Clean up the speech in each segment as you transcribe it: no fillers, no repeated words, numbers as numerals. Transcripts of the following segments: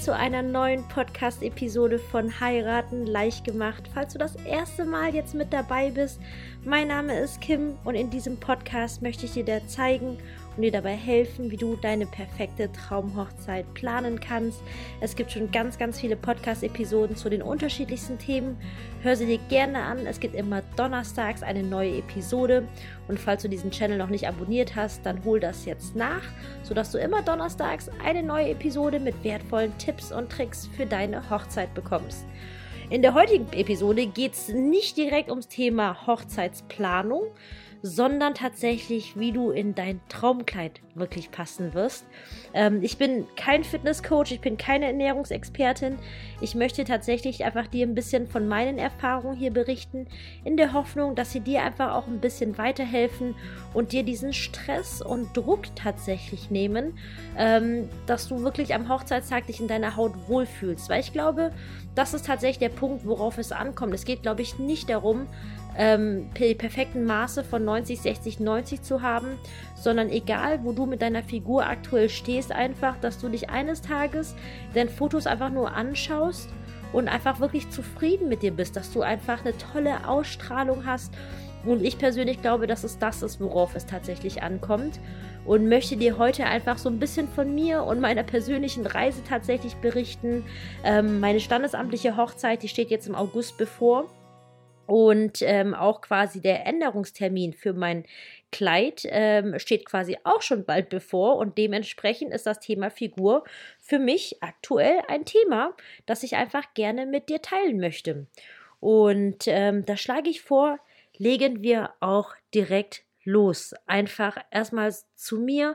zu einer neuen Podcast-Episode von Heiraten leicht gemacht. Falls du das erste Mal jetzt mit dabei bist, mein Name ist Kim und in diesem Podcast möchte ich dir da zeigen und dir dabei helfen, wie du deine perfekte Traumhochzeit planen kannst. Es gibt schon ganz, ganz viele Podcast-Episoden zu den unterschiedlichsten Themen. Hör sie dir gerne an. Es gibt immer donnerstags eine neue Episode. Und falls du diesen Channel noch nicht abonniert hast, dann hol das jetzt nach, sodass du immer donnerstags eine neue Episode mit wertvollen Tipps und Tricks für deine Hochzeit bekommst. In der heutigen Episode geht es nicht direkt ums Thema Hochzeitsplanung, sondern tatsächlich, wie du in dein Traumkleid wirklich passen wirst. Ich bin kein Fitnesscoach, ich bin keine Ernährungsexpertin. Ich möchte tatsächlich einfach dir ein bisschen von meinen Erfahrungen hier berichten, in der Hoffnung, dass sie dir einfach auch ein bisschen weiterhelfen und dir diesen Stress und Druck tatsächlich nehmen, dass du wirklich am Hochzeitstag dich in deiner Haut wohlfühlst. Weil ich glaube, das ist tatsächlich der Punkt, worauf es ankommt. Es geht, glaube ich, nicht darum, die perfekten Maße von 90, 60, 90 zu haben, sondern egal, wo du mit deiner Figur aktuell stehst, einfach, dass du dich eines Tages deine Fotos einfach nur anschaust und einfach wirklich zufrieden mit dir bist, dass du einfach eine tolle Ausstrahlung hast. Und ich persönlich glaube, dass es das ist, worauf es tatsächlich ankommt. Und möchte dir heute einfach so ein bisschen von mir und meiner persönlichen Reise tatsächlich berichten. Meine standesamtliche Hochzeit, die steht jetzt im August bevor. Und auch quasi der Änderungstermin für mein Kleid steht quasi auch schon bald bevor. Und dementsprechend ist das Thema Figur für mich aktuell ein Thema, das ich einfach gerne mit dir teilen möchte. Und da schlage ich vor, legen wir auch direkt los. Einfach erstmal zu mir.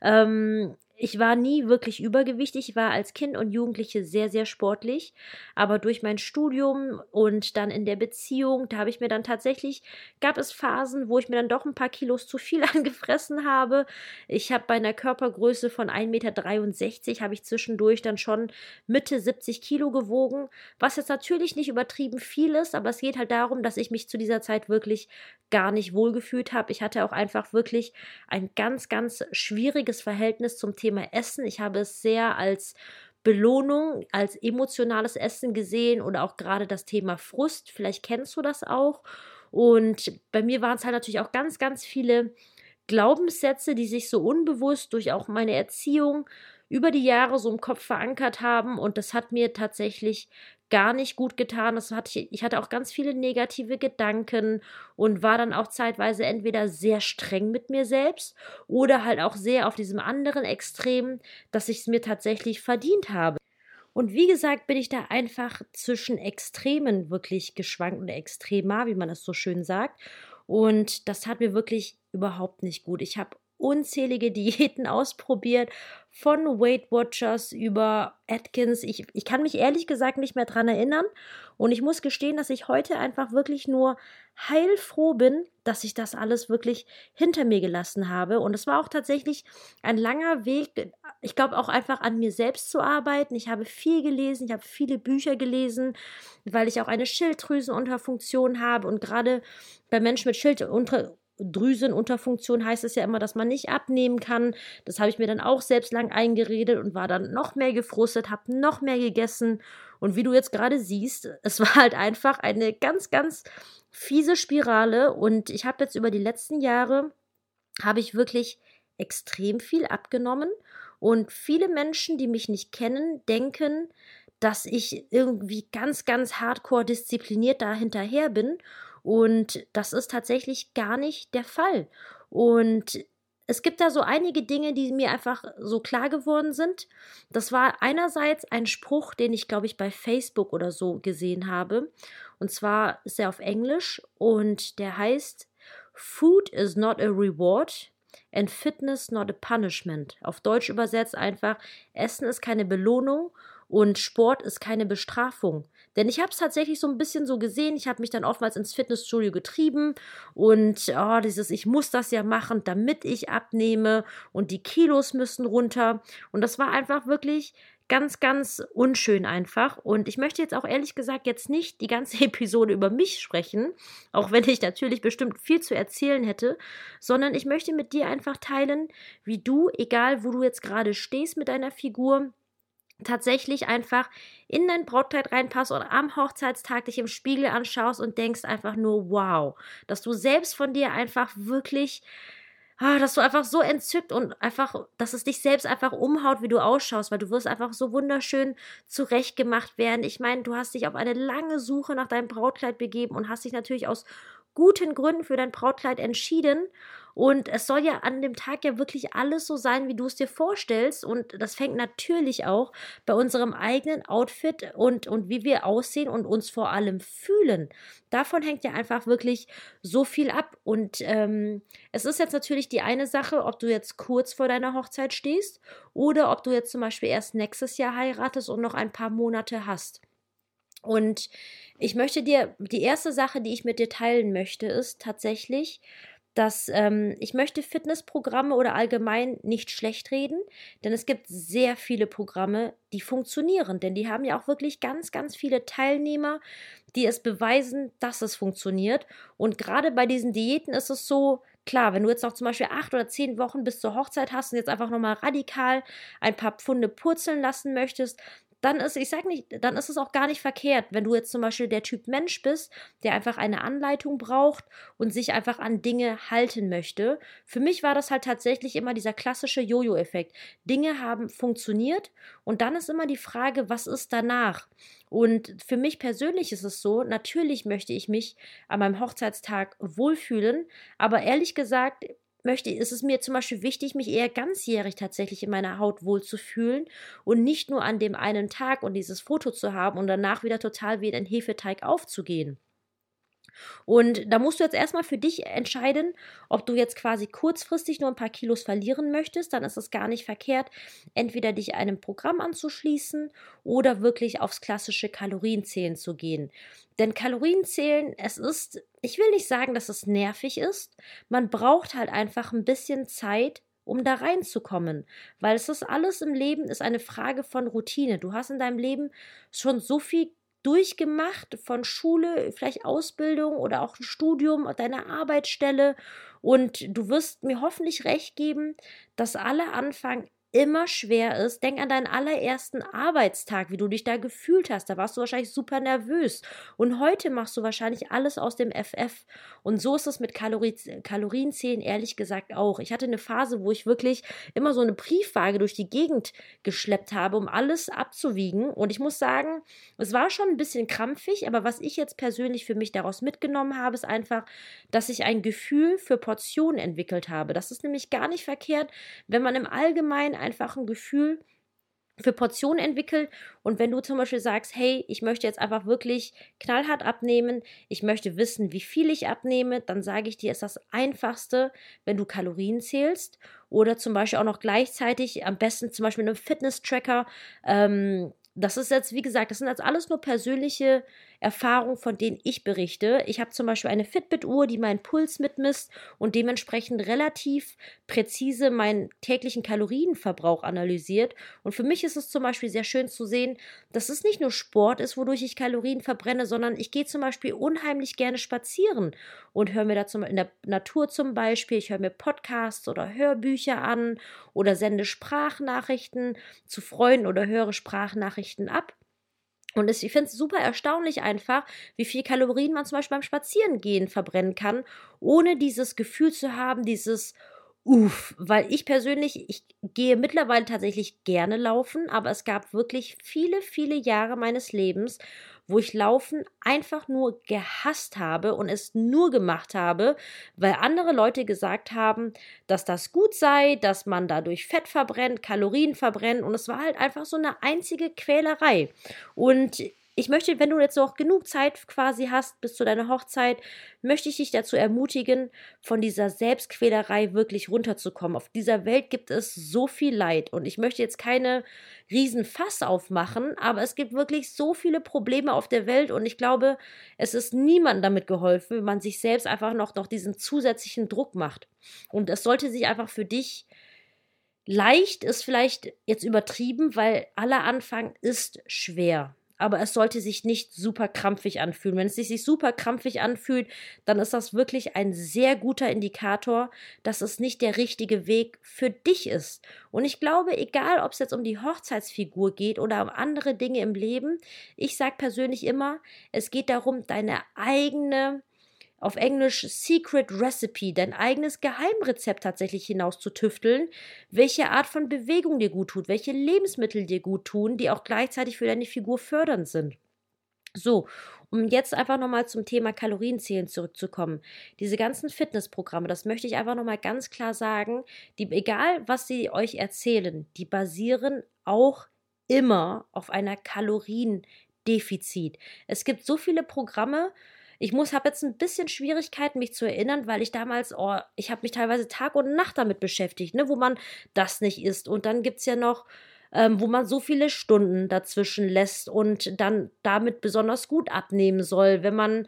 Ich war nie wirklich übergewichtig. Ich war als Kind und Jugendliche sehr, sehr sportlich. Aber durch mein Studium und dann in der Beziehung, da habe ich mir dann tatsächlich, gab es Phasen, wo ich mir dann doch ein paar Kilos zu viel angefressen habe. Ich habe bei einer Körpergröße von 1,63 Meter, habe ich zwischendurch dann schon Mitte 70 Kilo gewogen. Was jetzt natürlich nicht übertrieben viel ist, aber es geht halt darum, dass ich mich zu dieser Zeit wirklich gar nicht wohlgefühlt habe. Ich hatte auch einfach wirklich ein ganz, ganz schwieriges Verhältnis zum Thema Essen. Ich habe es sehr als Belohnung, als emotionales Essen gesehen oder auch gerade das Thema Frust. Vielleicht kennst du das auch. Und bei mir waren es halt natürlich auch ganz, ganz viele Glaubenssätze, die sich so unbewusst durch auch meine Erziehung über die Jahre so im Kopf verankert haben. Und das hat mir tatsächlich gar nicht gut getan. Ich hatte auch ganz viele negative Gedanken und war dann auch zeitweise entweder sehr streng mit mir selbst oder halt auch sehr auf diesem anderen Extrem, dass ich es mir tatsächlich verdient habe. Und wie gesagt, bin ich da einfach zwischen Extremen wirklich geschwankt oder extremer, wie man es so schön sagt. Und das hat mir wirklich überhaupt nicht gut. Ich habe unzählige Diäten ausprobiert, von Weight Watchers über Atkins. Ich kann mich ehrlich gesagt nicht mehr dran erinnern. Und ich muss gestehen, dass ich heute einfach wirklich nur heilfroh bin, dass ich das alles wirklich hinter mir gelassen habe. Und es war auch tatsächlich ein langer Weg, ich glaube auch einfach an mir selbst zu arbeiten. Ich habe viel gelesen, ich habe viele Bücher gelesen, weil ich auch eine Schilddrüsenunterfunktion habe. Und gerade bei Menschen mit Schilddrüsenunterfunktion heißt es ja immer, dass man nicht abnehmen kann. Das habe ich mir dann auch selbst lang eingeredet und war dann noch mehr gefrustet, habe noch mehr gegessen. Und wie du jetzt gerade siehst, es war halt einfach eine ganz, ganz fiese Spirale. Und ich habe jetzt über die letzten Jahre, habe ich wirklich extrem viel abgenommen. Und viele Menschen, die mich nicht kennen, denken, dass ich irgendwie ganz, ganz hardcore diszipliniert da hinterher bin. Und das ist tatsächlich gar nicht der Fall. Und es gibt da so einige Dinge, die mir einfach so klar geworden sind. Das war einerseits ein Spruch, den ich, glaube ich, bei Facebook oder so gesehen habe. Und zwar ist er auf Englisch und der heißt: Food is not a reward and fitness not a punishment. Auf Deutsch übersetzt einfach: Essen ist keine Belohnung und Sport ist keine Bestrafung. Denn ich habe es tatsächlich so ein bisschen so gesehen. Ich habe mich dann oftmals ins Fitnessstudio getrieben und ich muss das ja machen, damit ich abnehme und die Kilos müssen runter. Und das war einfach wirklich ganz, ganz unschön einfach. Und ich möchte jetzt auch ehrlich gesagt jetzt nicht die ganze Episode über mich sprechen, auch wenn ich natürlich bestimmt viel zu erzählen hätte, sondern ich möchte mit dir einfach teilen, wie du, egal wo du jetzt gerade stehst mit deiner Figur, tatsächlich einfach in dein Brautkleid reinpasst oder am Hochzeitstag dich im Spiegel anschaust und denkst einfach nur, wow, dass du selbst von dir einfach wirklich, dass du einfach so entzückt und einfach, dass es dich selbst einfach umhaut, wie du ausschaust, weil du wirst einfach so wunderschön zurechtgemacht werden. Ich meine, du hast dich auf eine lange Suche nach deinem Brautkleid begeben und hast dich natürlich aus guten Gründen für dein Brautkleid entschieden. Und es soll ja an dem Tag ja wirklich alles so sein, wie du es dir vorstellst. Und das fängt natürlich auch bei unserem eigenen Outfit und wie wir aussehen und uns vor allem fühlen. Davon hängt ja einfach wirklich so viel ab. Und es ist jetzt natürlich die eine Sache, ob du jetzt kurz vor deiner Hochzeit stehst oder ob du jetzt zum Beispiel erst nächstes Jahr heiratest und noch ein paar Monate hast. Und ich möchte dir, die erste Sache, die ich mit dir teilen möchte, ist tatsächlich, dass ich möchte Fitnessprogramme oder allgemein nicht schlecht reden, denn es gibt sehr viele Programme, die funktionieren, denn die haben ja auch wirklich ganz, ganz viele Teilnehmer, die es beweisen, dass es funktioniert. Und gerade bei diesen Diäten ist es so, klar, wenn du jetzt noch zum Beispiel 8 oder 10 Wochen bis zur Hochzeit hast und jetzt einfach nochmal radikal ein paar Pfunde purzeln lassen möchtest, dann ist, ich sag nicht, dann ist es auch gar nicht verkehrt, wenn du jetzt zum Beispiel der Typ Mensch bist, der einfach eine Anleitung braucht und sich einfach an Dinge halten möchte. Für mich war das halt tatsächlich immer dieser klassische Jojo-Effekt. Dinge haben funktioniert und dann ist immer die Frage, was ist danach? Und für mich persönlich ist es so, natürlich möchte ich mich an meinem Hochzeitstag wohlfühlen, aber ehrlich gesagt, ist es mir zum Beispiel wichtig, mich eher ganzjährig tatsächlich in meiner Haut wohlzufühlen und nicht nur an dem einen Tag und dieses Foto zu haben und danach wieder total wie in einen Hefeteig aufzugehen. Und da musst du jetzt erstmal für dich entscheiden, ob du jetzt quasi kurzfristig nur ein paar Kilos verlieren möchtest, dann ist es gar nicht verkehrt, entweder dich einem Programm anzuschließen oder wirklich aufs klassische Kalorienzählen zu gehen. Denn Kalorienzählen, ich will nicht sagen, dass es nervig ist, man braucht halt einfach ein bisschen Zeit, um da reinzukommen, weil es ist alles im Leben, ist eine Frage von Routine. Du hast in deinem Leben schon so viel durchgemacht von Schule, vielleicht Ausbildung oder auch ein Studium, deine Arbeitsstelle und du wirst mir hoffentlich recht geben, dass aller Anfang immer schwer ist. Denk an deinen allerersten Arbeitstag, wie du dich da gefühlt hast. Da warst du wahrscheinlich super nervös. Und heute machst du wahrscheinlich alles aus dem FF. Und so ist es mit Kalorienzählen ehrlich gesagt auch. Ich hatte eine Phase, wo ich wirklich immer so eine Briefwaage durch die Gegend geschleppt habe, um alles abzuwiegen. Und ich muss sagen, es war schon ein bisschen krampfig, aber was ich jetzt persönlich für mich daraus mitgenommen habe, ist einfach, dass ich ein Gefühl für Portionen entwickelt habe. Das ist nämlich gar nicht verkehrt, wenn man im Allgemeinen einfach ein Gefühl für Portionen entwickelt und wenn du zum Beispiel sagst, hey, ich möchte jetzt einfach wirklich knallhart abnehmen, ich möchte wissen, wie viel ich abnehme, dann sage ich dir, ist das Einfachste, wenn du Kalorien zählst oder zum Beispiel auch noch gleichzeitig, am besten zum Beispiel mit einem Fitness-Tracker, das ist jetzt, wie gesagt, das sind jetzt alles nur persönliche Erfahrungen, von denen ich berichte. Ich habe zum Beispiel eine Fitbit-Uhr, die meinen Puls mitmisst und dementsprechend relativ präzise meinen täglichen Kalorienverbrauch analysiert. Und für mich ist es zum Beispiel sehr schön zu sehen, dass es nicht nur Sport ist, wodurch ich Kalorien verbrenne, sondern ich gehe zum Beispiel unheimlich gerne spazieren und höre mir da in der Natur zum Beispiel, ich höre mir Podcasts oder Hörbücher an oder sende Sprachnachrichten zu Freunden oder höre Sprachnachrichten ab. Und ich finde es super erstaunlich einfach, wie viel Kalorien man zum Beispiel beim Spazierengehen verbrennen kann, ohne dieses Gefühl zu haben, dieses weil ich persönlich, ich gehe mittlerweile tatsächlich gerne laufen, aber es gab wirklich viele, viele Jahre meines Lebens, wo ich Laufen einfach nur gehasst habe und es nur gemacht habe, weil andere Leute gesagt haben, dass das gut sei, dass man dadurch Fett verbrennt, Kalorien verbrennt und es war halt einfach so eine einzige Quälerei. Und ich möchte, wenn du jetzt noch genug Zeit quasi hast bis zu deiner Hochzeit, möchte ich dich dazu ermutigen, von dieser Selbstquälerei wirklich runterzukommen. Auf dieser Welt gibt es so viel Leid und ich möchte jetzt keine riesen Fass aufmachen, aber es gibt wirklich so viele Probleme auf der Welt und ich glaube, es ist niemandem damit geholfen, wenn man sich selbst einfach noch diesen zusätzlichen Druck macht. Und es sollte sich einfach für dich leicht ist vielleicht jetzt übertrieben, weil aller Anfang ist schwer. aber es sollte sich nicht super krampfig anfühlen. Wenn es sich super krampfig anfühlt, dann ist das wirklich ein sehr guter Indikator, dass es nicht der richtige Weg für dich ist. Und ich glaube, egal ob es jetzt um die Hochzeitsfigur geht oder um andere Dinge im Leben, ich sage persönlich immer, es geht darum, deine eigene, auf Englisch Secret Recipe, dein eigenes Geheimrezept tatsächlich hinaus zu tüfteln, welche Art von Bewegung dir gut tut, welche Lebensmittel dir gut tun, die auch gleichzeitig für deine Figur fördernd sind. So, um jetzt einfach nochmal zum Thema Kalorienzählen zurückzukommen. Diese ganzen Fitnessprogramme, das möchte ich einfach nochmal ganz klar sagen, egal was sie euch erzählen, die basieren auch immer auf einer Kaloriendefizit. Es gibt so viele Programme. Habe jetzt ein bisschen Schwierigkeiten, mich zu erinnern, weil ich damals, ich habe mich teilweise Tag und Nacht damit beschäftigt, ne, wo man das nicht isst. Und dann gibt es ja noch, wo man so viele Stunden dazwischen lässt und dann damit besonders gut abnehmen soll, wenn man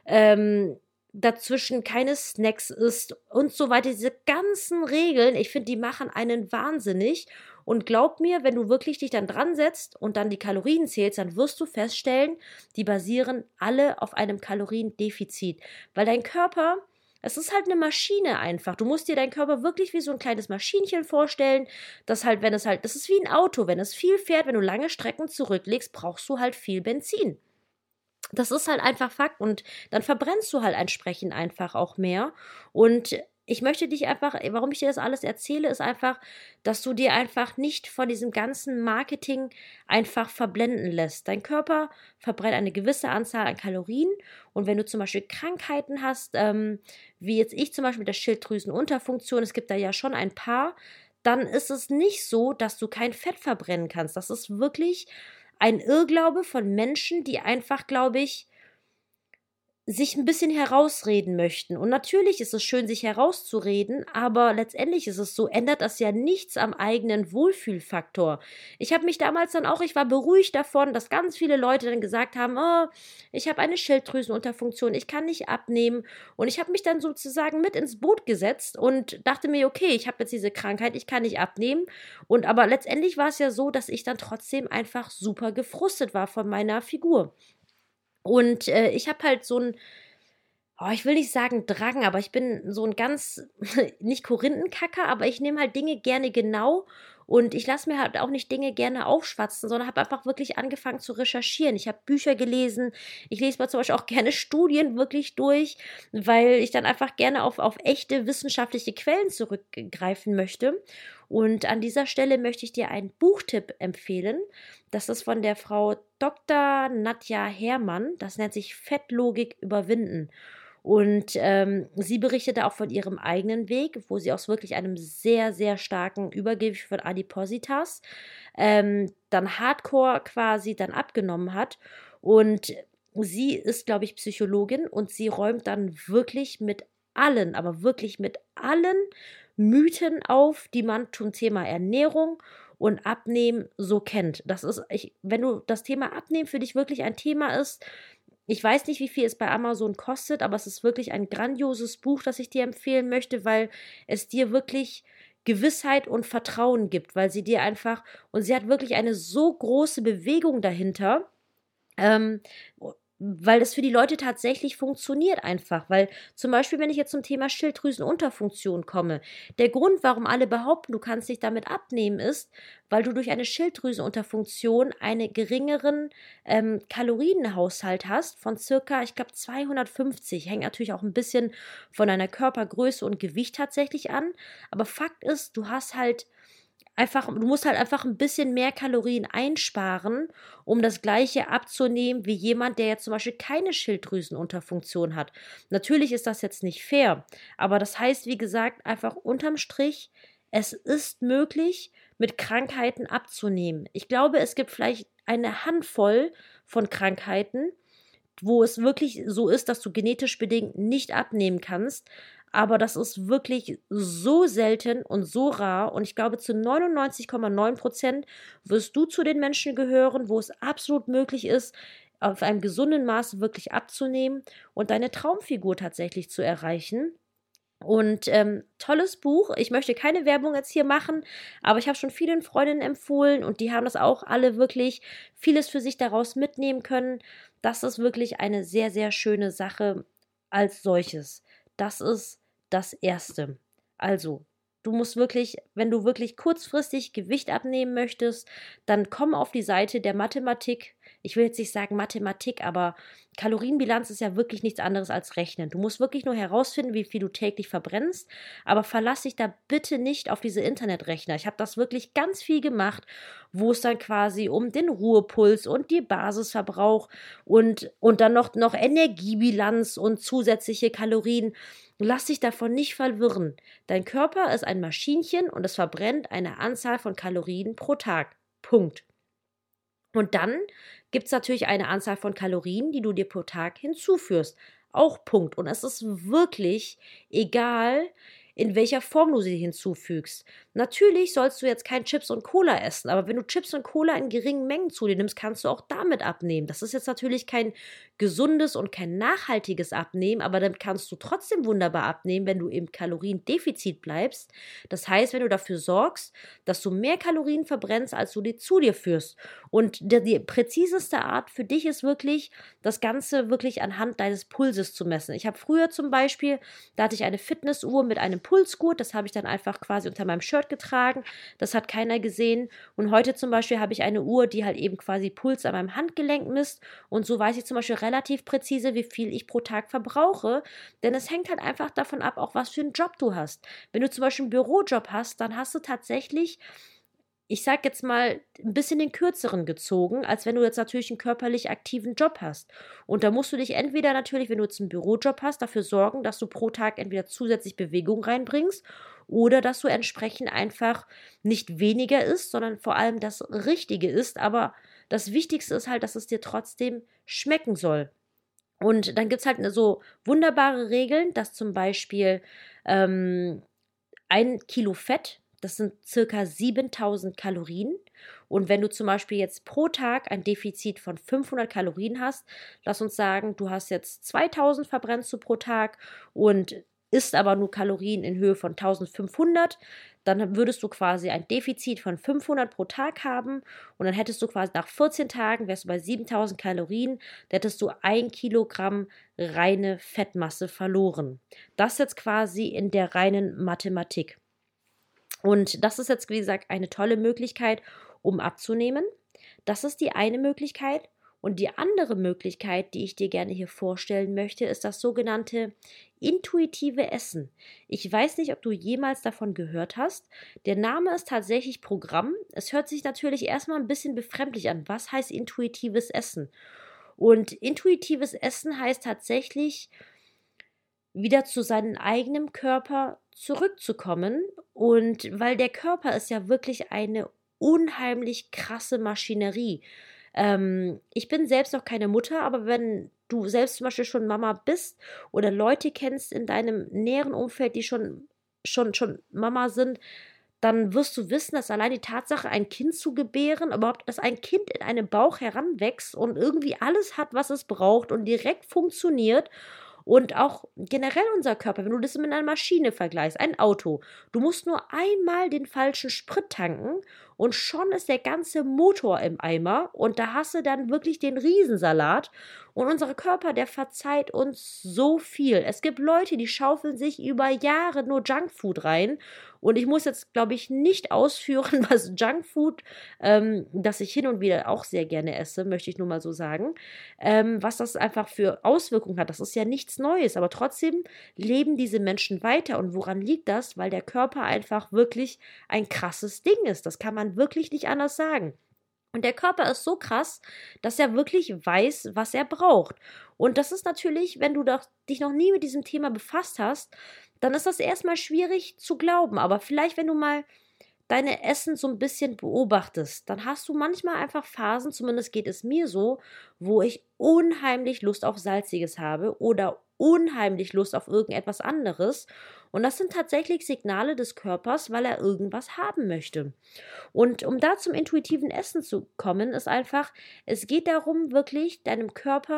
dazwischen keine Snacks isst und so weiter. Diese ganzen Regeln, ich finde, die machen einen wahnsinnig. Und glaub mir, wenn du wirklich dich dann dran setzt und dann die Kalorien zählst, dann wirst du feststellen, die basieren alle auf einem Kaloriendefizit. Weil dein Körper, es ist halt eine Maschine einfach. Du musst dir deinen Körper wirklich wie so ein kleines Maschinchen vorstellen, das ist wie ein Auto. Wenn es viel fährt, wenn du lange Strecken zurücklegst, brauchst du halt viel Benzin. Das ist halt einfach Fakt und dann verbrennst du halt entsprechend einfach auch mehr. Und ich möchte dich einfach, warum ich dir das alles erzähle, ist einfach, dass du dir einfach nicht von diesem ganzen Marketing einfach verblenden lässt. Dein Körper verbrennt eine gewisse Anzahl an Kalorien und wenn du zum Beispiel Krankheiten hast, wie jetzt ich zum Beispiel mit der Schilddrüsenunterfunktion, es gibt da ja schon ein paar, dann ist es nicht so, dass du kein Fett verbrennen kannst. Das ist wirklich ein Irrglaube von Menschen, die einfach, glaube ich, sich ein bisschen herausreden möchten. Und natürlich ist es schön, sich herauszureden, aber letztendlich ist es so, ändert das ja nichts am eigenen Wohlfühlfaktor. Ich habe mich damals dann auch, ich war beruhigt davon, dass ganz viele Leute dann gesagt haben, ich habe eine Schilddrüsenunterfunktion, ich kann nicht abnehmen. Und ich habe mich dann sozusagen mit ins Boot gesetzt und dachte mir, okay, ich habe jetzt diese Krankheit, ich kann nicht abnehmen. Aber letztendlich war es ja so, dass ich dann trotzdem einfach super gefrustet war von meiner Figur. Und ich habe halt so ein, ich will nicht sagen Drang, aber ich bin so ein ganz, nicht Korinthenkacker, aber ich nehme halt Dinge gerne genau und ich lasse mir halt auch nicht Dinge gerne aufschwatzen, sondern habe einfach wirklich angefangen zu recherchieren. Ich habe Bücher gelesen, ich lese mal zum Beispiel auch gerne Studien wirklich durch, weil ich dann einfach gerne auf echte wissenschaftliche Quellen zurückgreifen möchte. Und an dieser Stelle möchte ich dir einen Buchtipp empfehlen. Das ist von der Frau Dr. Nadja Herrmann. Das nennt sich Fettlogik überwinden. Und sie berichtete auch von ihrem eigenen Weg, wo sie aus wirklich einem sehr, sehr starken Übergewicht von Adipositas dann Hardcore quasi dann abgenommen hat. Und sie ist, glaube ich, Psychologin und sie räumt dann wirklich mit allen, aber wirklich mit allen Mythen auf, die man zum Thema Ernährung und Abnehmen so kennt. Wenn du das Thema Abnehmen für dich wirklich ein Thema ist, ich weiß nicht, wie viel es bei Amazon kostet, aber es ist wirklich ein grandioses Buch, das ich dir empfehlen möchte, weil es dir wirklich Gewissheit und Vertrauen gibt, weil sie dir einfach, und sie hat wirklich eine so große Bewegung dahinter, weil es für die Leute tatsächlich funktioniert einfach, weil zum Beispiel, wenn ich jetzt zum Thema Schilddrüsenunterfunktion komme, der Grund, warum alle behaupten, du kannst dich damit abnehmen, ist, weil du durch eine Schilddrüsenunterfunktion einen geringeren Kalorienhaushalt hast von circa, ich glaube 250, hängt natürlich auch ein bisschen von deiner Körpergröße und Gewicht tatsächlich an, aber Fakt ist, du musst halt einfach ein bisschen mehr Kalorien einsparen, um das Gleiche abzunehmen wie jemand, der jetzt zum Beispiel keine Schilddrüsenunterfunktion hat. Natürlich ist das jetzt nicht fair, aber das heißt, wie gesagt, einfach unterm Strich, es ist möglich, mit Krankheiten abzunehmen. Ich glaube, es gibt vielleicht eine Handvoll von Krankheiten, wo es wirklich so ist, dass du genetisch bedingt nicht abnehmen kannst. Aber das ist wirklich so selten und so rar. Und ich glaube, zu 99,9% wirst du zu den Menschen gehören, wo es absolut möglich ist, auf einem gesunden Maße wirklich abzunehmen und deine Traumfigur tatsächlich zu erreichen. Und tolles Buch. Ich möchte keine Werbung jetzt hier machen, aber ich habe schon vielen Freundinnen empfohlen und die haben das auch alle wirklich vieles für sich daraus mitnehmen können. Das ist wirklich eine sehr, sehr schöne Sache als solches. Das ist das Erste. Also, du musst wirklich, wenn du wirklich kurzfristig Gewicht abnehmen möchtest, dann komm auf die Seite der Mathematik. Ich will jetzt nicht sagen Mathematik, aber Kalorienbilanz ist ja wirklich nichts anderes als Rechnen. Du musst wirklich nur herausfinden, wie viel du täglich verbrennst, aber verlass dich da bitte nicht auf diese Internetrechner. Ich habe das wirklich ganz viel gemacht, wo es dann quasi um den Ruhepuls und die Basisverbrauch und dann noch Energiebilanz und zusätzliche Kalorien. Lass dich davon nicht verwirren. Dein Körper ist ein Maschinchen und es verbrennt eine Anzahl von Kalorien pro Tag. Punkt. Und dann gibt es natürlich eine Anzahl von Kalorien, die du dir pro Tag hinzuführst. Auch Punkt. Und es ist wirklich egal, in welcher Form du sie hinzufügst. Natürlich sollst du jetzt kein Chips und Cola essen, aber wenn du Chips und Cola in geringen Mengen zu dir nimmst, kannst du auch damit abnehmen. Das ist jetzt natürlich kein gesundes und kein nachhaltiges Abnehmen, aber damit kannst du trotzdem wunderbar abnehmen, wenn du im Kaloriendefizit bleibst. Das heißt, wenn du dafür sorgst, dass du mehr Kalorien verbrennst, als du dir zu dir führst. Und die präziseste Art für dich ist wirklich, das Ganze wirklich anhand deines Pulses zu messen. Ich habe früher zum Beispiel, da hatte ich eine Fitnessuhr mit einem Pulsgurt, das habe ich dann einfach quasi unter meinem Shirt getragen, das hat keiner gesehen. Und heute zum Beispiel habe ich eine Uhr, die halt eben quasi Puls an meinem Handgelenk misst und so weiß ich zum Beispiel relativ präzise, wie viel ich pro Tag verbrauche, denn es hängt halt einfach davon ab, auch was für einen Job du hast. Wenn du zum Beispiel einen Bürojob hast, dann hast du tatsächlich, ich sag jetzt mal, ein bisschen den kürzeren gezogen, als wenn du jetzt natürlich einen körperlich aktiven Job hast. Und da musst du dich entweder natürlich, wenn du jetzt einen Bürojob hast, dafür sorgen, dass du pro Tag entweder zusätzlich Bewegung reinbringst oder dass du entsprechend einfach nicht weniger isst, sondern vor allem das Richtige isst. Aber das Wichtigste ist halt, dass es dir trotzdem schmecken soll. Und dann gibt es halt so wunderbare Regeln, dass zum Beispiel 1 Kilo Fett, das sind circa 7000 Kalorien. Und wenn du zum Beispiel jetzt pro Tag ein Defizit von 500 Kalorien hast, lass uns sagen, du hast jetzt 2000 verbrennst du pro Tag und isst aber nur Kalorien in Höhe von 1500, dann würdest du quasi ein Defizit von 500 pro Tag haben und dann hättest du quasi nach 14 Tagen, wärst du bei 7000 Kalorien, da hättest du 1 Kilogramm reine Fettmasse verloren. Das jetzt quasi in der reinen Mathematik. Und das ist jetzt, wie gesagt, eine tolle Möglichkeit, um abzunehmen. Das ist die eine Möglichkeit. Und die andere Möglichkeit, die ich dir gerne hier vorstellen möchte, ist das sogenannte intuitive Essen. Ich weiß nicht, ob du jemals davon gehört hast. Der Name ist tatsächlich Programm. Es hört sich natürlich erstmal ein bisschen befremdlich an. Was heißt intuitives Essen? Und intuitives Essen heißt tatsächlich, wieder zu seinem eigenen Körper zurückzukommen. Und weil der Körper ist ja wirklich eine unheimlich krasse Maschinerie. Ich bin selbst noch keine Mutter, aber wenn du selbst zum Beispiel schon Mama bist oder Leute kennst in deinem näheren Umfeld, die schon Mama sind, dann wirst du wissen, dass allein die Tatsache, ein Kind zu gebären, überhaupt, dass ein Kind in einem Bauch heranwächst und irgendwie alles hat, was es braucht und direkt funktioniert. Und auch generell unser Körper, wenn du das mit einer Maschine vergleichst, ein Auto, du musst nur einmal den falschen Sprit tanken und schon ist der ganze Motor im Eimer und da hast du dann wirklich den Riesensalat. Und unser Körper, der verzeiht uns so viel. Es gibt Leute, die schaufeln sich über Jahre nur Junkfood rein. Und ich muss jetzt, glaube ich, nicht ausführen, was Junkfood, das ich hin und wieder auch sehr gerne esse, möchte ich nur mal so sagen, was das einfach für Auswirkungen hat. Das ist ja nichts Neues, aber trotzdem leben diese Menschen weiter. Und woran liegt das? Weil der Körper einfach wirklich ein krasses Ding ist. Das kann man wirklich nicht anders sagen. Und der Körper ist so krass, dass er wirklich weiß, was er braucht. Und das ist natürlich, wenn du dich noch nie mit diesem Thema befasst hast, dann ist das erstmal schwierig zu glauben. Aber vielleicht, wenn du mal deine Essen so ein bisschen beobachtest, dann hast du manchmal einfach Phasen, zumindest geht es mir so, wo ich unheimlich Lust auf Salziges habe oder unheimlich Lust auf irgendetwas anderes. Und das sind tatsächlich Signale des Körpers, weil er irgendwas haben möchte. Und um da zum intuitiven Essen zu kommen, ist einfach, es geht darum, wirklich deinem Körper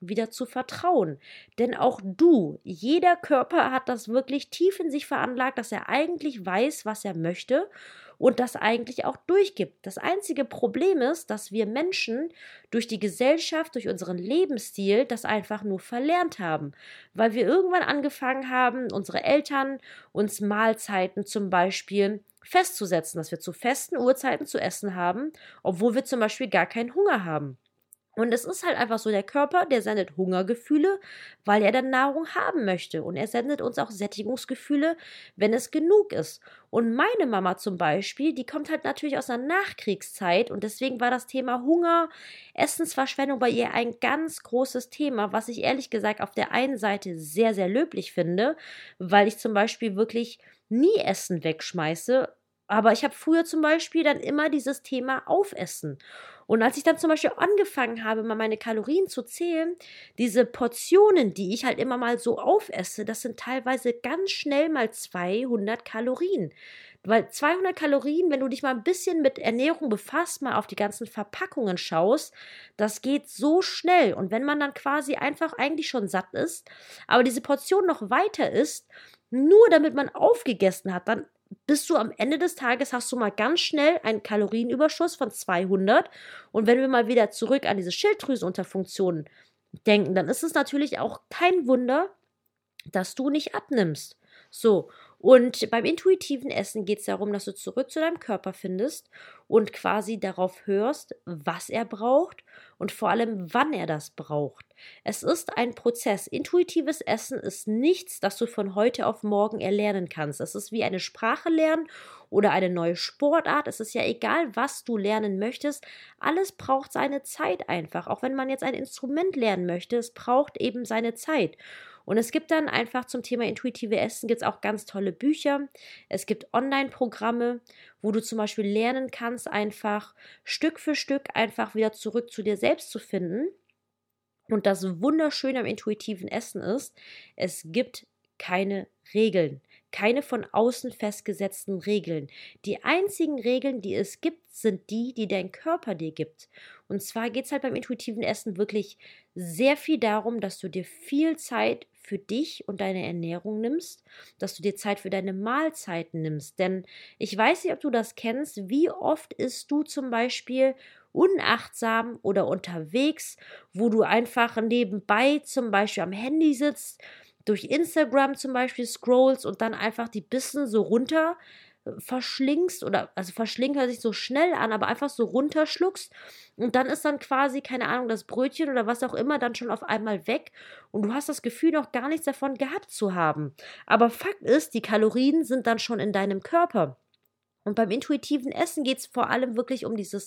wieder zu vertrauen. Denn auch du, jeder Körper hat das wirklich tief in sich veranlagt, dass er eigentlich weiß, was er möchte und das eigentlich auch durchgibt. Das einzige Problem ist, dass wir Menschen durch die Gesellschaft, durch unseren Lebensstil das einfach nur verlernt haben, weil wir irgendwann angefangen haben, unsere Eltern uns Mahlzeiten zum Beispiel festzusetzen, dass wir zu festen Uhrzeiten zu essen haben, obwohl wir zum Beispiel gar keinen Hunger haben. Und es ist halt einfach so, der Körper, der sendet Hungergefühle, weil er dann Nahrung haben möchte. Und er sendet uns auch Sättigungsgefühle, wenn es genug ist. Und meine Mama zum Beispiel, die kommt halt natürlich aus einer Nachkriegszeit. Und deswegen war das Thema Hunger, Essensverschwendung bei ihr ein ganz großes Thema, was ich ehrlich gesagt auf der einen Seite sehr, sehr löblich finde, weil ich zum Beispiel wirklich nie Essen wegschmeiße. Aber ich habe früher zum Beispiel dann immer dieses Thema Aufessen. Und als ich dann zum Beispiel angefangen habe, mal meine Kalorien zu zählen, diese Portionen, die ich halt immer mal so aufesse, das sind teilweise ganz schnell mal 200 Kalorien. Weil 200 Kalorien, wenn du dich mal ein bisschen mit Ernährung befasst, mal auf die ganzen Verpackungen schaust, das geht so schnell. Und wenn man dann quasi einfach eigentlich schon satt ist, aber diese Portion noch weiter isst, nur damit man aufgegessen hat, dann bist du am Ende des Tages, hast du mal ganz schnell einen Kalorienüberschuss von 200. Und wenn wir mal wieder zurück an diese Schilddrüsenunterfunktion denken, dann ist es natürlich auch kein Wunder, dass du nicht abnimmst. So, und beim intuitiven Essen geht es darum, dass du zurück zu deinem Körper findest und quasi darauf hörst, was er braucht und vor allem, wann er das braucht. Es ist ein Prozess. Intuitives Essen ist nichts, das du von heute auf morgen erlernen kannst. Es ist wie eine Sprache lernen oder eine neue Sportart. Es ist ja egal, was du lernen möchtest. Alles braucht seine Zeit einfach. Auch wenn man jetzt ein Instrument lernen möchte, es braucht eben seine Zeit. Und es gibt dann einfach zum Thema intuitive Essen gibt es auch ganz tolle Bücher. Es gibt Online-Programme, wo du zum Beispiel lernen kannst, einfach Stück für Stück einfach wieder zurück zu dir selbst zu finden. Und das Wunderschöne am intuitiven Essen ist, es gibt keine Regeln, keine von außen festgesetzten Regeln. Die einzigen Regeln, die es gibt, sind die, die dein Körper dir gibt. Und zwar geht es halt beim intuitiven Essen wirklich sehr viel darum, dass du dir viel Zeit für dich und deine Ernährung nimmst, dass du dir Zeit für deine Mahlzeiten nimmst. Denn ich weiß nicht, ob du das kennst, wie oft isst du zum Beispiel unachtsam oder unterwegs, wo du einfach nebenbei zum Beispiel am Handy sitzt, durch Instagram zum Beispiel scrollst und dann einfach die Bissen so runter verschlingst oder, also verschlingen hört sich so schnell an, aber einfach so runterschluckst und dann ist dann quasi, keine Ahnung, das Brötchen oder was auch immer dann schon auf einmal weg und du hast das Gefühl, noch gar nichts davon gehabt zu haben. Aber Fakt ist, die Kalorien sind dann schon in deinem Körper. Und beim intuitiven Essen geht es vor allem wirklich um dieses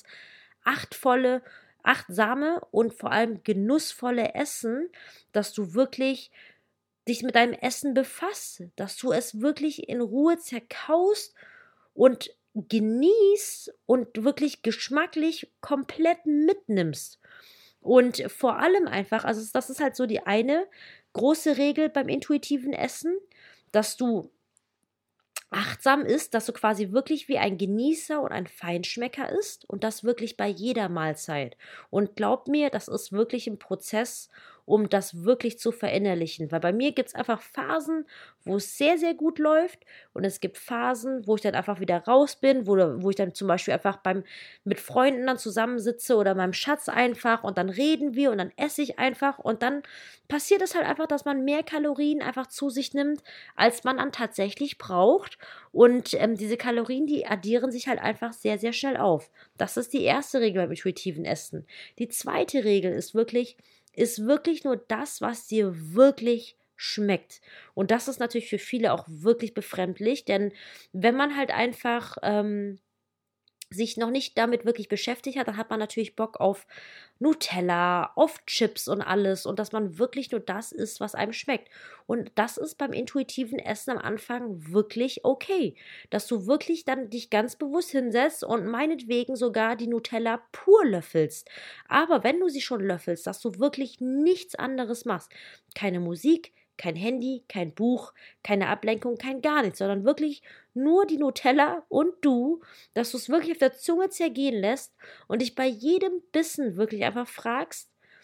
achtsame und vor allem genussvolle Essen, dass du wirklich dich mit deinem Essen befasst, dass du es wirklich in Ruhe zerkaust und genießt und wirklich geschmacklich komplett mitnimmst. Und vor allem einfach, also das ist halt so die eine große Regel beim intuitiven Essen, dass du achtsam ist, dass du quasi wirklich wie ein Genießer und ein Feinschmecker isst und das wirklich bei jeder Mahlzeit. Und glaub mir, das ist wirklich ein Prozess, um das wirklich zu verinnerlichen. Weil bei mir gibt es einfach Phasen, wo es sehr, sehr gut läuft und es gibt Phasen, wo ich dann einfach wieder raus bin, wo ich dann zum Beispiel einfach mit Freunden dann zusammensitze oder meinem Schatz einfach und dann reden wir und dann esse ich einfach und dann passiert es halt einfach, dass man mehr Kalorien einfach zu sich nimmt, als man dann tatsächlich braucht und diese Kalorien, die addieren sich halt einfach sehr, sehr schnell auf. Das ist die erste Regel beim intuitiven Essen. Die zweite Regel ist wirklich nur das, was dir wirklich schmeckt. Und das ist natürlich für viele auch wirklich befremdlich, denn wenn man halt einfach sich noch nicht damit wirklich beschäftigt hat, dann hat man natürlich Bock auf Nutella, auf Chips und alles und dass man wirklich nur das isst, was einem schmeckt. Und das ist beim intuitiven Essen am Anfang wirklich okay, dass du wirklich dann dich ganz bewusst hinsetzt und meinetwegen sogar die Nutella pur löffelst. Aber wenn du sie schon löffelst, dass du wirklich nichts anderes machst, keine Musik, kein Handy, kein Buch, keine Ablenkung, kein gar nichts, sondern wirklich nur die Nutella und du, dass du es wirklich auf der Zunge zergehen lässt und dich bei jedem Bissen wirklich einfach fragst,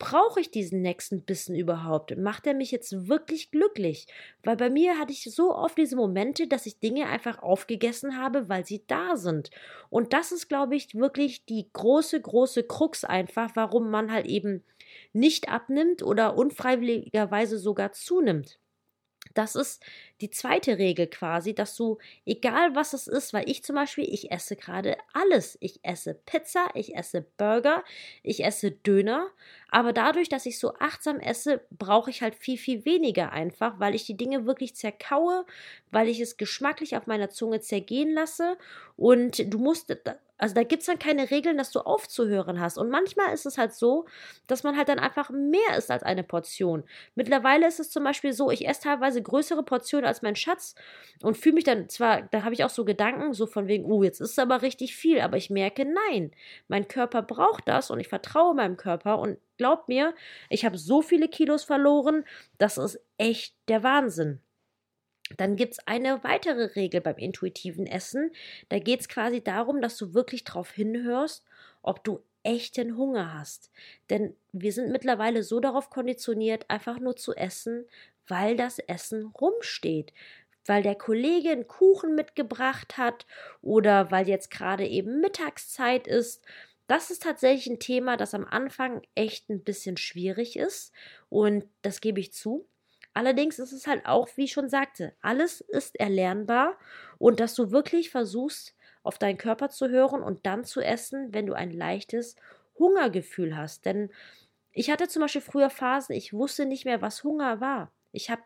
brauche ich diesen nächsten Bissen überhaupt? Macht er mich jetzt wirklich glücklich? Weil bei mir hatte ich so oft diese Momente, dass ich Dinge einfach aufgegessen habe, weil sie da sind. Und das ist, glaube ich, wirklich die große, große Krux einfach, warum man halt eben nicht abnimmt oder unfreiwilligerweise sogar zunimmt. Das ist die zweite Regel quasi, dass du, egal was es ist, weil ich zum Beispiel, ich esse gerade alles. Ich esse Pizza, ich esse Burger, ich esse Döner. Aber dadurch, dass ich so achtsam esse, brauche ich halt viel, viel weniger einfach, weil ich die Dinge wirklich zerkaue, weil ich es geschmacklich auf meiner Zunge zergehen lasse. Und du musst, also da gibt es dann keine Regeln, dass du aufzuhören hast. Und manchmal ist es halt so, dass man halt dann einfach mehr isst als eine Portion. Mittlerweile ist es zum Beispiel so, ich esse teilweise größere Portionen als mein Schatz und fühle mich dann zwar, da habe ich auch so Gedanken, so von wegen, jetzt ist es aber richtig viel, aber ich merke, nein, mein Körper braucht das und ich vertraue meinem Körper und glaub mir, ich habe so viele Kilos verloren, das ist echt der Wahnsinn. Dann gibt es eine weitere Regel beim intuitiven Essen. Da geht es quasi darum, dass du wirklich drauf hinhörst, ob du echten Hunger hast. Denn wir sind mittlerweile so darauf konditioniert, einfach nur zu essen, weil das Essen rumsteht. Weil der Kollege einen Kuchen mitgebracht hat oder weil jetzt gerade eben Mittagszeit ist. Das ist tatsächlich ein Thema, das am Anfang echt ein bisschen schwierig ist. Und das gebe ich zu. Allerdings ist es halt auch, wie ich schon sagte, alles ist erlernbar und dass du wirklich versuchst, auf deinen Körper zu hören und dann zu essen, wenn du ein leichtes Hungergefühl hast. Denn ich hatte zum Beispiel früher Phasen, ich wusste nicht mehr, was Hunger war. Ich habe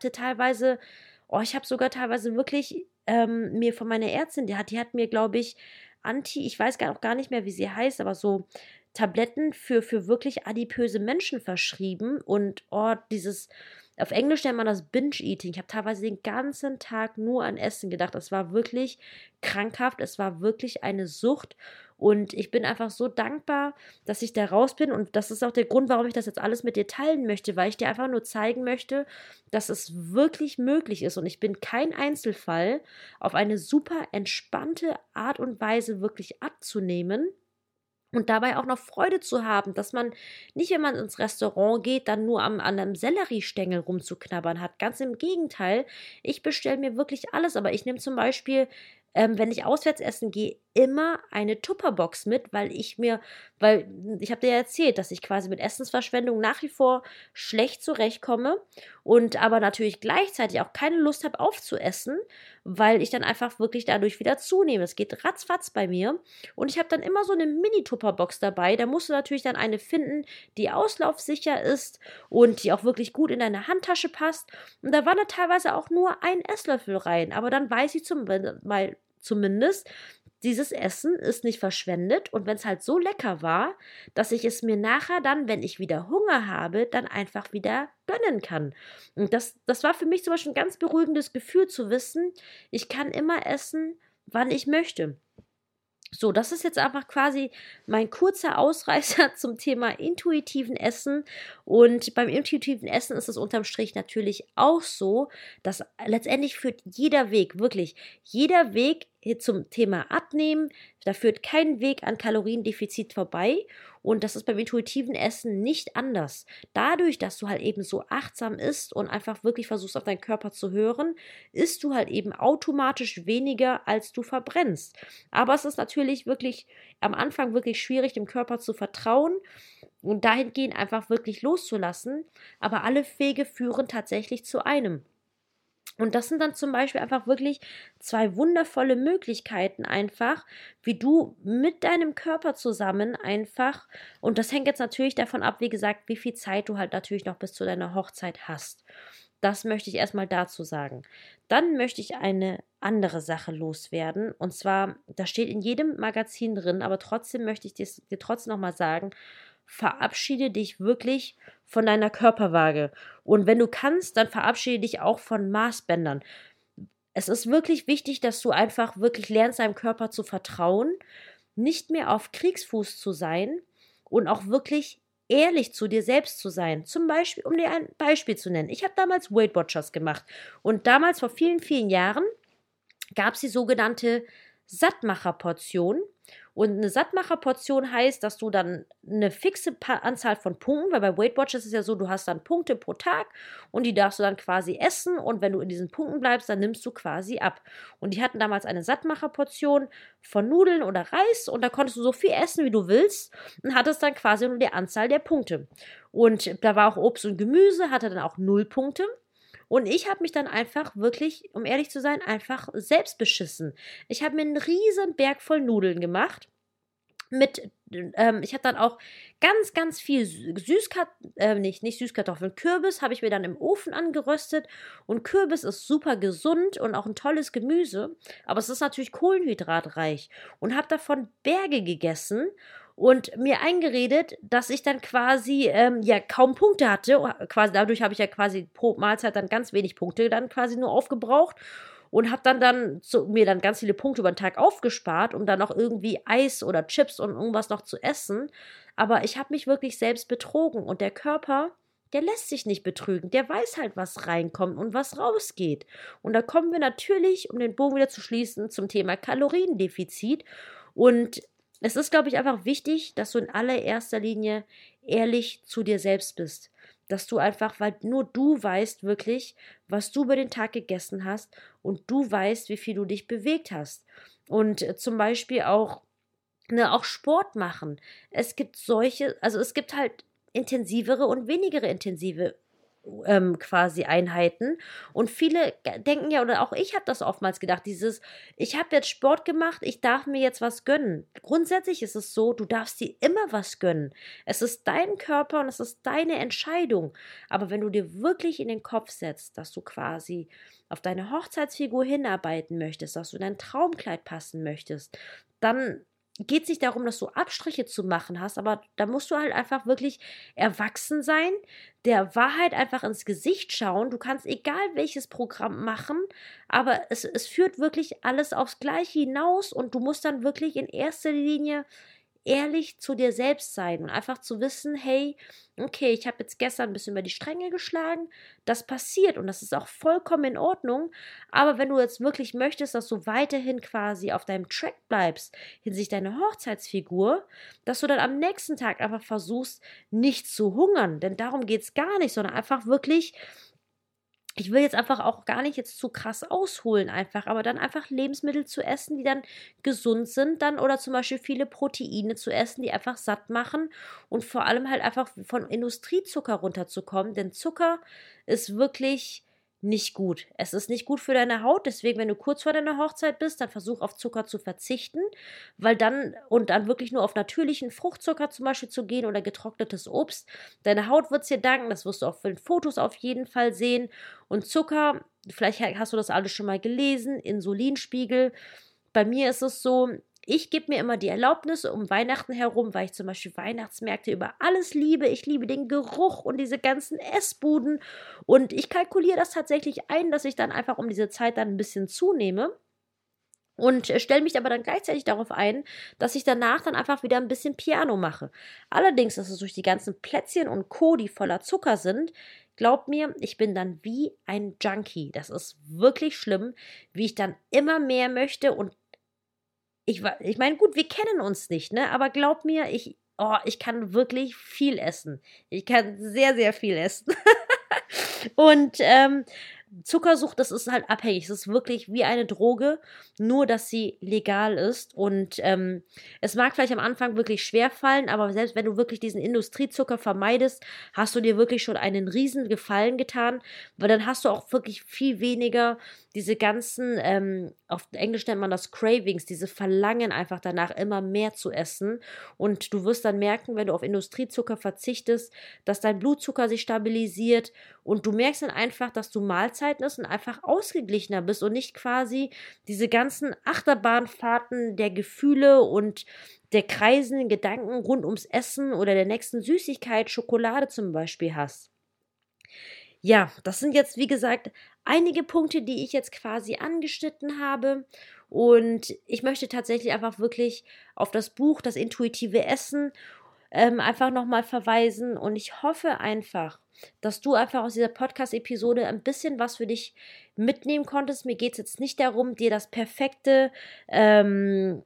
sogar teilweise wirklich mir von meiner Ärztin, die hat mir, glaube ich, ich weiß gar nicht mehr, wie sie heißt, aber so Tabletten für wirklich adipöse Menschen verschrieben und auf Englisch nennt man das Binge-Eating. Ich habe teilweise den ganzen Tag nur an Essen gedacht. Es war wirklich krankhaft, es war wirklich eine Sucht und ich bin einfach so dankbar, dass ich da raus bin und das ist auch der Grund, warum ich das jetzt alles mit dir teilen möchte, weil ich dir einfach nur zeigen möchte, dass es wirklich möglich ist und ich bin kein Einzelfall, auf eine super entspannte Art und Weise wirklich abzunehmen. Und dabei auch noch Freude zu haben, dass man nicht, wenn man ins Restaurant geht, dann nur an einem Selleriestängel rumzuknabbern hat. Ganz im Gegenteil, ich bestelle mir wirklich alles, aber ich nehme zum Beispiel, wenn ich auswärts essen gehe, immer eine Tupperbox mit, weil ich habe dir ja erzählt, dass ich quasi mit Essensverschwendung nach wie vor schlecht zurechtkomme und aber natürlich gleichzeitig auch keine Lust habe aufzuessen, weil ich dann einfach wirklich dadurch wieder zunehme. Es geht ratzfatz bei mir und ich habe dann immer so eine Mini-Tupperbox dabei. Da musst du natürlich dann eine finden, die auslaufsicher ist und die auch wirklich gut in deine Handtasche passt. Und da war da teilweise auch nur ein Esslöffel rein, aber dann weiß ich zumindest, dieses Essen ist nicht verschwendet und wenn es halt so lecker war, dass ich es mir nachher dann, wenn ich wieder Hunger habe, dann einfach wieder gönnen kann. Und das war für mich zum Beispiel ein ganz beruhigendes Gefühl zu wissen, ich kann immer essen, wann ich möchte. So, das ist jetzt einfach quasi mein kurzer Ausreißer zum Thema intuitiven Essen. Und beim intuitiven Essen ist es unterm Strich natürlich auch so, dass letztendlich führt jeder Weg, wirklich jeder Weg zum Thema Abnehmen, da führt kein Weg an Kaloriendefizit vorbei. Und das ist beim intuitiven Essen nicht anders. Dadurch, dass du halt eben so achtsam isst und einfach wirklich versuchst, auf deinen Körper zu hören, isst du halt eben automatisch weniger, als du verbrennst. Aber es ist natürlich wirklich am Anfang wirklich schwierig, dem Körper zu vertrauen und dahingehend einfach wirklich loszulassen. Aber alle Wege führen tatsächlich zu einem. Und das sind dann zum Beispiel einfach wirklich zwei wundervolle Möglichkeiten einfach, wie du mit deinem Körper zusammen einfach, und das hängt jetzt natürlich davon ab, wie gesagt, wie viel Zeit du halt natürlich noch bis zu deiner Hochzeit hast. Das möchte ich erstmal dazu sagen. Dann möchte ich eine andere Sache loswerden. Und zwar, das steht in jedem Magazin drin, aber trotzdem möchte ich dir trotzdem nochmal sagen, verabschiede dich wirklich von deiner Körperwaage. Und wenn du kannst, dann verabschiede dich auch von Maßbändern. Es ist wirklich wichtig, dass du einfach wirklich lernst, deinem Körper zu vertrauen, nicht mehr auf Kriegsfuß zu sein und auch wirklich ehrlich zu dir selbst zu sein. Zum Beispiel, um dir ein Beispiel zu nennen. Ich habe damals Weight Watchers gemacht und damals vor vielen, vielen Jahren gab es die sogenannte Sattmacherportion. Und eine Sattmacherportion heißt, dass du dann eine fixe Anzahl von Punkten, weil bei Weight Watchers ist es ja so, du hast dann Punkte pro Tag und die darfst du dann quasi essen und wenn du in diesen Punkten bleibst, dann nimmst du quasi ab. Und die hatten damals eine Sattmacherportion von Nudeln oder Reis und da konntest du so viel essen, wie du willst und hattest dann quasi nur die Anzahl der Punkte. Und da war auch Obst und Gemüse, hatte dann auch 0 Punkte. Und ich habe mich dann einfach wirklich, um ehrlich zu sein, einfach selbst beschissen. Ich habe mir einen riesen Berg voll Nudeln gemacht. Ich habe dann auch ganz, ganz viel nicht Süßkartoffeln, Kürbis habe ich mir dann im Ofen angeröstet und Kürbis ist super gesund und auch ein tolles Gemüse, aber es ist natürlich kohlenhydratreich und habe davon Berge gegessen und mir eingeredet, dass ich dann quasi kaum Punkte hatte, quasi dadurch habe ich ja quasi pro Mahlzeit dann ganz wenig Punkte dann quasi nur aufgebraucht und habe mir dann ganz viele Punkte über den Tag aufgespart, um dann noch irgendwie Eis oder Chips und irgendwas noch zu essen. Aber ich habe mich wirklich selbst betrogen und der Körper, der lässt sich nicht betrügen. Der weiß halt, was reinkommt und was rausgeht. Und da kommen wir natürlich, um den Bogen wieder zu schließen, zum Thema Kaloriendefizit. Und es ist, glaube ich, einfach wichtig, dass du in allererster Linie ehrlich zu dir selbst bist. Dass du einfach, weil nur du weißt wirklich, was du über den Tag gegessen hast und du weißt, wie viel du dich bewegt hast. Und zum Beispiel auch Sport machen. Es gibt es gibt halt intensivere und weniger intensive quasi Einheiten. Und viele denken ja, oder auch ich habe das oftmals gedacht, ich habe jetzt Sport gemacht, ich darf mir jetzt was gönnen. Grundsätzlich ist es so, du darfst dir immer was gönnen. Es ist dein Körper und es ist deine Entscheidung. Aber wenn du dir wirklich in den Kopf setzt, dass du quasi auf deine Hochzeitsfigur hinarbeiten möchtest, dass du in dein Traumkleid passen möchtest, dann geht es nicht darum, dass du Abstriche zu machen hast, aber da musst du halt einfach wirklich erwachsen sein, der Wahrheit einfach ins Gesicht schauen. Du kannst egal welches Programm machen, aber es führt wirklich alles aufs Gleiche hinaus und du musst dann wirklich in erster Linie ehrlich zu dir selbst sein und einfach zu wissen, hey, okay, ich habe jetzt gestern ein bisschen über die Stränge geschlagen, das passiert und das ist auch vollkommen in Ordnung, aber wenn du jetzt wirklich möchtest, dass du weiterhin quasi auf deinem Track bleibst, hinsichtlich deiner Hochzeitsfigur, dass du dann am nächsten Tag einfach versuchst, nicht zu hungern, denn darum geht es gar nicht, sondern einfach wirklich, ich will jetzt einfach auch gar nicht jetzt zu krass ausholen einfach, aber dann einfach Lebensmittel zu essen, die dann gesund sind dann oder zum Beispiel viele Proteine zu essen, die einfach satt machen und vor allem halt einfach von Industriezucker runterzukommen, denn Zucker ist wirklich nicht gut. Es ist nicht gut für deine Haut, deswegen, wenn du kurz vor deiner Hochzeit bist, dann versuch auf Zucker zu verzichten, weil dann wirklich nur auf natürlichen Fruchtzucker zum Beispiel zu gehen oder getrocknetes Obst. Deine Haut wird es dir danken, das wirst du auch für den Fotos auf jeden Fall sehen. Und Zucker, vielleicht hast du das alles schon mal gelesen, Insulinspiegel. Bei mir ist es so, ich gebe mir immer die Erlaubnis um Weihnachten herum, weil ich zum Beispiel Weihnachtsmärkte über alles liebe. Ich liebe den Geruch und diese ganzen Essbuden. Und ich kalkuliere das tatsächlich ein, dass ich dann einfach um diese Zeit dann ein bisschen zunehme. Und stelle mich aber dann gleichzeitig darauf ein, dass ich danach dann einfach wieder ein bisschen Piano mache. Allerdings ist es durch die ganzen Plätzchen und Co., die voller Zucker sind, glaub mir, ich bin dann wie ein Junkie. Das ist wirklich schlimm, wie ich dann immer mehr möchte und ich meine, gut, wir kennen uns nicht, ne? Aber glaub mir, ich kann wirklich viel essen. Ich kann sehr, sehr viel essen. Und Zuckersucht, das ist halt abhängig. Es ist wirklich wie eine Droge, nur dass sie legal ist. Und es mag vielleicht am Anfang wirklich schwer fallen, aber selbst wenn du wirklich diesen Industriezucker vermeidest, hast du dir wirklich schon einen riesen Gefallen getan, weil dann hast du auch wirklich viel weniger diese ganzen, auf Englisch nennt man das Cravings, diese Verlangen einfach danach immer mehr zu essen. Und du wirst dann merken, wenn du auf Industriezucker verzichtest, dass dein Blutzucker sich stabilisiert und du merkst dann einfach, dass du Mahlzeiten isst und einfach ausgeglichener bist und nicht quasi diese ganzen Achterbahnfahrten der Gefühle und der kreisenden Gedanken rund ums Essen oder der nächsten Süßigkeit, Schokolade zum Beispiel hast. Ja, das sind jetzt, wie gesagt, einige Punkte, die ich jetzt quasi angeschnitten habe. Und ich möchte tatsächlich einfach wirklich auf das Buch, das intuitive Essen, einfach nochmal verweisen. Und ich hoffe einfach, dass du einfach aus dieser Podcast-Episode ein bisschen was für dich mitnehmen konntest. Mir geht es jetzt nicht darum, dir das perfekte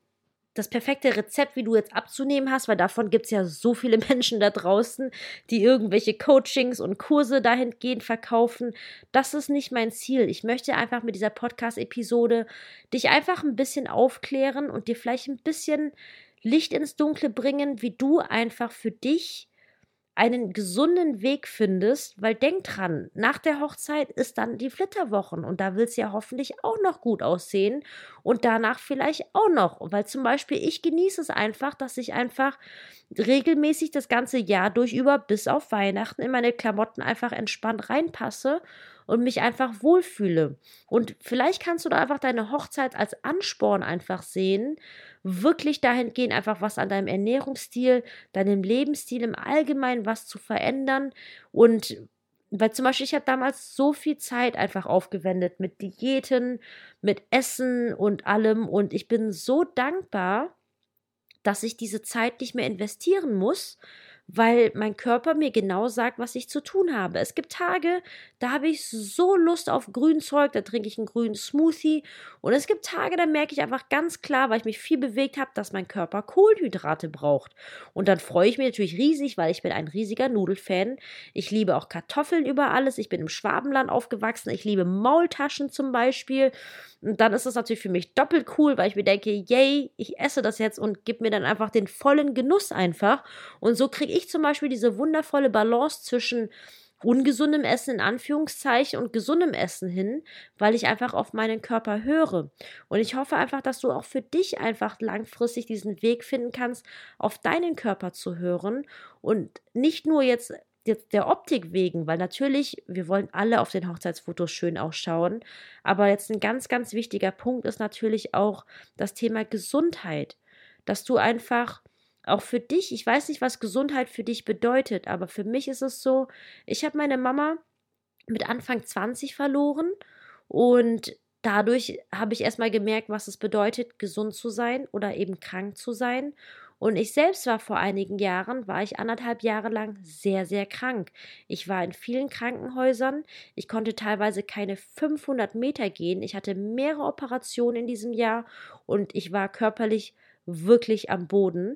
das perfekte Rezept, wie du jetzt abzunehmen hast, weil davon gibt es ja so viele Menschen da draußen, die irgendwelche Coachings und Kurse dahingehend verkaufen. Das ist nicht mein Ziel. Ich möchte einfach mit dieser Podcast-Episode dich einfach ein bisschen aufklären und dir vielleicht ein bisschen Licht ins Dunkle bringen, wie du einfach für dich einen gesunden Weg findest, weil denk dran, nach der Hochzeit ist dann die Flitterwochen und da willst du ja hoffentlich auch noch gut aussehen und danach vielleicht auch noch, weil zum Beispiel ich genieße es einfach, dass ich einfach regelmäßig das ganze Jahr durch über bis auf Weihnachten in meine Klamotten einfach entspannt reinpasse und mich einfach wohlfühle. Und vielleicht kannst du da einfach deine Hochzeit als Ansporn einfach sehen, wirklich dahingehend einfach was an deinem Ernährungsstil, deinem Lebensstil im Allgemeinen was zu verändern. Und weil zum Beispiel ich habe damals so viel Zeit einfach aufgewendet mit Diäten, mit Essen und allem und ich bin so dankbar, dass ich diese Zeit nicht mehr investieren muss, weil mein Körper mir genau sagt, was ich zu tun habe. Es gibt Tage, da habe ich so Lust auf Grünzeug, da trinke ich einen grünen Smoothie und es gibt Tage, da merke ich einfach ganz klar, weil ich mich viel bewegt habe, dass mein Körper Kohlenhydrate braucht. Und dann freue ich mich natürlich riesig, weil ich bin ein riesiger Nudelfan. Ich liebe auch Kartoffeln über alles. Ich bin im Schwabenland aufgewachsen. Ich liebe Maultaschen zum Beispiel. Und dann ist es natürlich für mich doppelt cool, weil ich mir denke, yay, ich esse das jetzt und gebe mir dann einfach den vollen Genuss einfach. Und so kriege ich zum Beispiel diese wundervolle Balance zwischen ungesundem Essen in Anführungszeichen und gesundem Essen hin, weil ich einfach auf meinen Körper höre. Und ich hoffe einfach, dass du auch für dich einfach langfristig diesen Weg finden kannst, auf deinen Körper zu hören und nicht nur jetzt der Optik wegen, weil natürlich, wir wollen alle auf den Hochzeitsfotos schön ausschauen, aber jetzt ein ganz, ganz wichtiger Punkt ist natürlich auch das Thema Gesundheit, dass du einfach auch für dich, ich weiß nicht, was Gesundheit für dich bedeutet, aber für mich ist es so, ich habe meine Mama mit Anfang 20 verloren und dadurch habe ich erstmal gemerkt, was es bedeutet, gesund zu sein oder eben krank zu sein. Und ich selbst war vor einigen Jahren, war ich 1,5 Jahre lang sehr, sehr krank. Ich war in vielen Krankenhäusern. Ich konnte teilweise keine 500 Meter gehen. Ich hatte mehrere Operationen in diesem Jahr und ich war körperlich wirklich am Boden.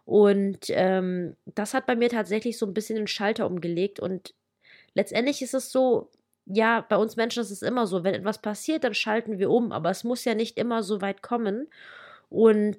Und das hat bei mir tatsächlich so ein bisschen den Schalter umgelegt. Und letztendlich ist es so, ja, bei uns Menschen ist es immer so, wenn etwas passiert, dann schalten wir um. Aber es muss ja nicht immer so weit kommen. Und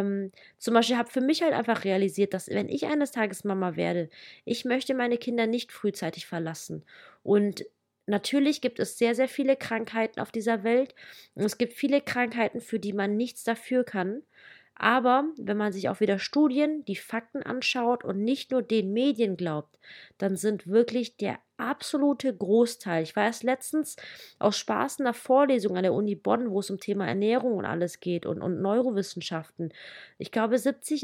zum Beispiel habe für mich halt einfach realisiert, dass wenn ich eines Tages Mama werde, ich möchte meine Kinder nicht frühzeitig verlassen. Und natürlich gibt es sehr, sehr viele Krankheiten auf dieser Welt. Und es gibt viele Krankheiten, für die man nichts dafür kann. Aber wenn man sich auch wieder Studien, die Fakten anschaut und nicht nur den Medien glaubt, dann sind wirklich der absolute Großteil. Ich war erst letztens aus Spaß in einer Vorlesung an der Uni Bonn, wo es um Thema Ernährung und alles geht und Neurowissenschaften. Ich glaube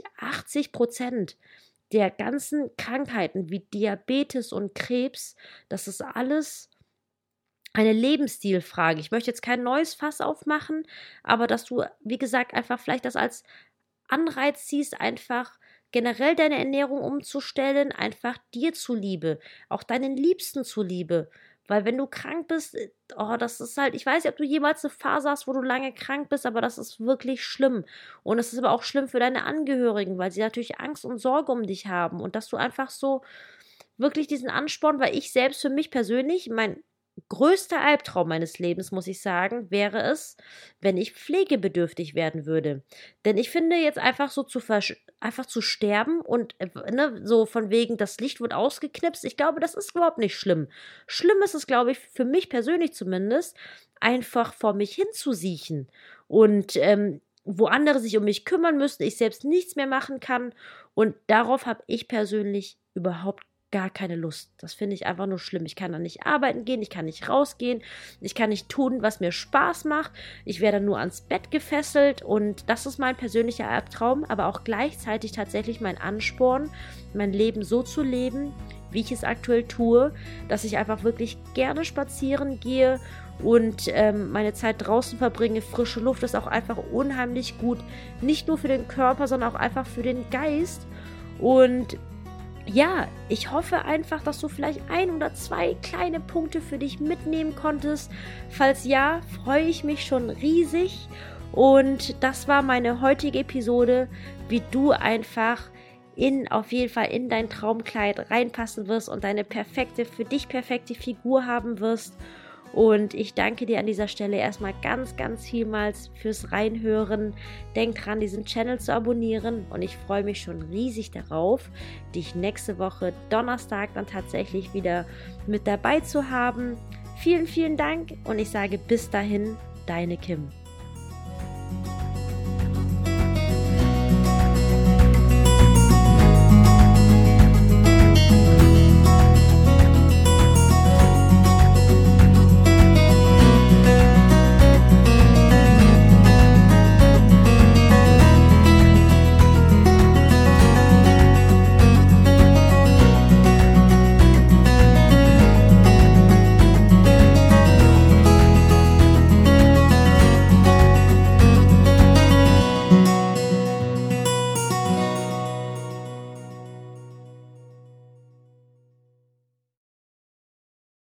70-80% der ganzen Krankheiten wie Diabetes und Krebs, das ist alles eine Lebensstilfrage. Ich möchte jetzt kein neues Fass aufmachen, aber dass du, wie gesagt, einfach vielleicht das als Anreiz siehst, einfach generell deine Ernährung umzustellen, einfach dir zuliebe, auch deinen Liebsten zuliebe. Weil wenn du krank bist, oh, das ist halt, ich weiß nicht, ob du jemals eine Phase hast, wo du lange krank bist, aber das ist wirklich schlimm. Und es ist aber auch schlimm für deine Angehörigen, weil sie natürlich Angst und Sorge um dich haben. Und dass du einfach so wirklich diesen Ansporn, weil ich selbst für mich persönlich, mein größter Albtraum meines Lebens, muss ich sagen, wäre es, wenn ich pflegebedürftig werden würde. Denn ich finde jetzt einfach so einfach zu sterben und so von wegen, das Licht wird ausgeknipst, ich glaube, das ist überhaupt nicht schlimm. Schlimm ist es, glaube ich, für mich persönlich zumindest, einfach vor mich hinzusiechen und wo andere sich um mich kümmern müssen, ich selbst nichts mehr machen kann und darauf habe ich persönlich überhaupt gar keine Lust. Das finde ich einfach nur schlimm. Ich kann dann nicht arbeiten gehen, ich kann nicht rausgehen, ich kann nicht tun, was mir Spaß macht. Ich werde nur ans Bett gefesselt und das ist mein persönlicher Albtraum, aber auch gleichzeitig tatsächlich mein Ansporn, mein Leben so zu leben, wie ich es aktuell tue, dass ich einfach wirklich gerne spazieren gehe und meine Zeit draußen verbringe. Frische Luft ist auch einfach unheimlich gut, nicht nur für den Körper, sondern auch einfach für den Geist. Und ja, ich hoffe einfach, dass du vielleicht 1 oder 2 kleine Punkte für dich mitnehmen konntest. Falls ja, freue ich mich schon riesig. Und das war meine heutige Episode, wie du einfach auf jeden Fall in dein Traumkleid reinpassen wirst und deine für dich perfekte Figur haben wirst. Und ich danke dir an dieser Stelle erstmal ganz, ganz vielmals fürs Reinhören. Denk dran, diesen Channel zu abonnieren und ich freue mich schon riesig darauf, dich nächste Woche Donnerstag dann tatsächlich wieder mit dabei zu haben. Vielen, vielen Dank und ich sage bis dahin, deine Kim.